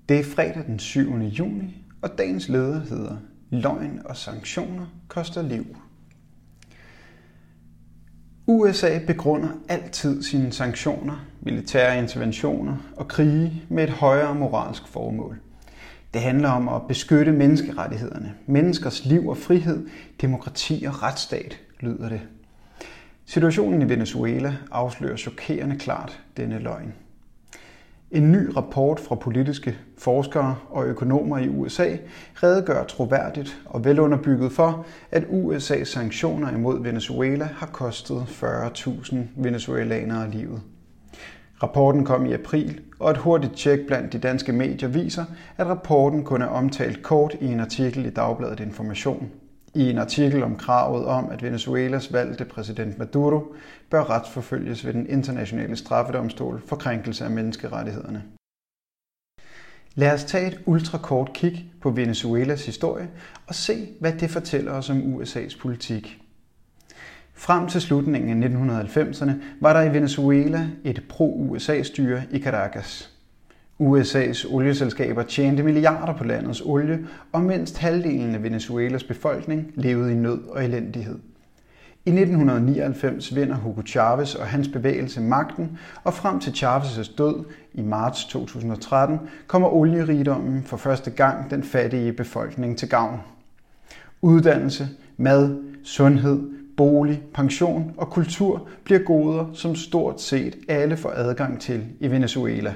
Det er fredag den 7. juni, og dagens leder hedder Løgn og sanktioner koster liv. USA begrunder altid sine sanktioner, militære interventioner og krige med et højere moralsk formål. Det handler om at beskytte menneskerettighederne, menneskers liv og frihed, demokrati og retsstat, lyder det. Situationen i Venezuela afslører chokerende klart denne løgn. En ny rapport fra politiske forskere og økonomer i USA redegør troværdigt og velunderbygget for, at USA's sanktioner imod Venezuela har kostet 40.000 venezuelanere livet. Rapporten kom i april, og et hurtigt tjek blandt de danske medier viser, at rapporten kun er omtalt kort i en artikel i Dagbladet Information. I en artikel om kravet om, at Venezuelas valgte præsident Maduro bør retsforfølges ved den internationale straffedomstol for krænkelse af menneskerettighederne. Lad os tage et ultrakort kig på Venezuelas historie og se, hvad det fortæller os om USA's politik. Frem til slutningen af 1990'erne var der i Venezuela et pro-USA-styre i Caracas. USA's olieselskaber tjente milliarder på landets olie, og mindst halvdelen af Venezuelas befolkning levede i nød og elendighed. I 1999 vinder Hugo Chávez og hans bevægelse magten, og frem til Chávez' død i marts 2013 kommer olierigdommen for første gang den fattige befolkning til gavn. Uddannelse, mad, sundhed, bolig, pension og kultur bliver goder, som stort set alle får adgang til i Venezuela.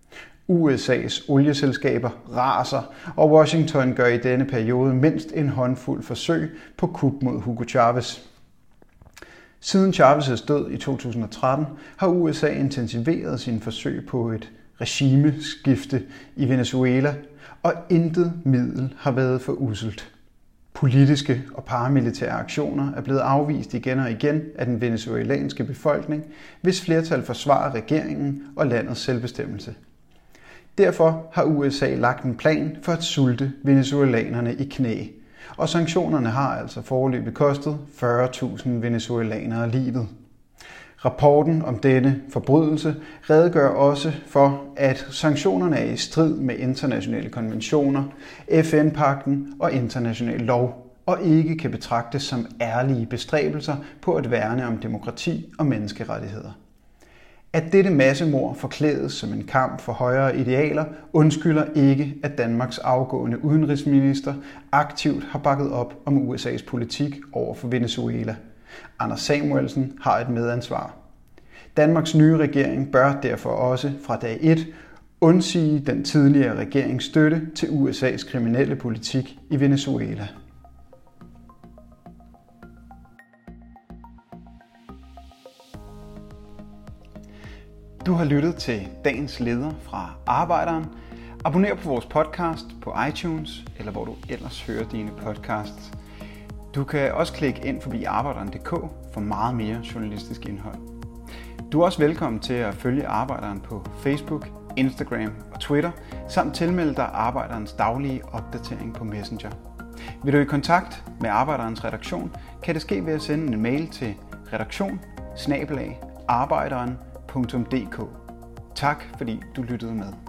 USA's olieselskaber raser, og Washington gør i denne periode mindst en håndfuld forsøg på kup mod Hugo Chávez. Siden Chávez' død i 2013 har USA intensiveret sine forsøg på et regimeskifte i Venezuela, og intet middel har været for usselt. Politiske og paramilitære aktioner er blevet afvist igen og igen af den venezuelanske befolkning, hvis flertal forsvarer regeringen og landets selvbestemmelse. Derfor har USA lagt en plan for at sulte venezuelanerne i knæ, og sanktionerne har altså foreløbig kostet 40.000 venezuelanere livet. Rapporten om denne forbrydelse redegør også for, at sanktionerne er i strid med internationale konventioner, FN-pagten og international lov, og ikke kan betragtes som ærlige bestræbelser på at værne om demokrati og menneskerettigheder. At dette massemord forklædes som en kamp for højere idealer, undskylder ikke, at Danmarks afgående udenrigsminister aktivt har bakket op om USA's politik over for Venezuela. Anders Samuelsen har et medansvar. Danmarks nye regering bør derfor også fra dag 1 undsige den tidligere regerings støtte til USA's kriminelle politik i Venezuela. Du har lyttet til dagens leder fra Arbejderen. Abonner på vores podcast på iTunes, eller hvor du ellers hører dine podcasts. Du kan også klikke ind forbi arbejderen.dk for meget mere journalistisk indhold. Du er også velkommen til at følge Arbejderen på Facebook, Instagram og Twitter, samt tilmelde dig Arbejderens daglige opdatering på Messenger. Vil du i kontakt med Arbejderens redaktion, kan det ske ved at sende en mail til redaktion@arbejderen.dk. Tak fordi du lyttede med.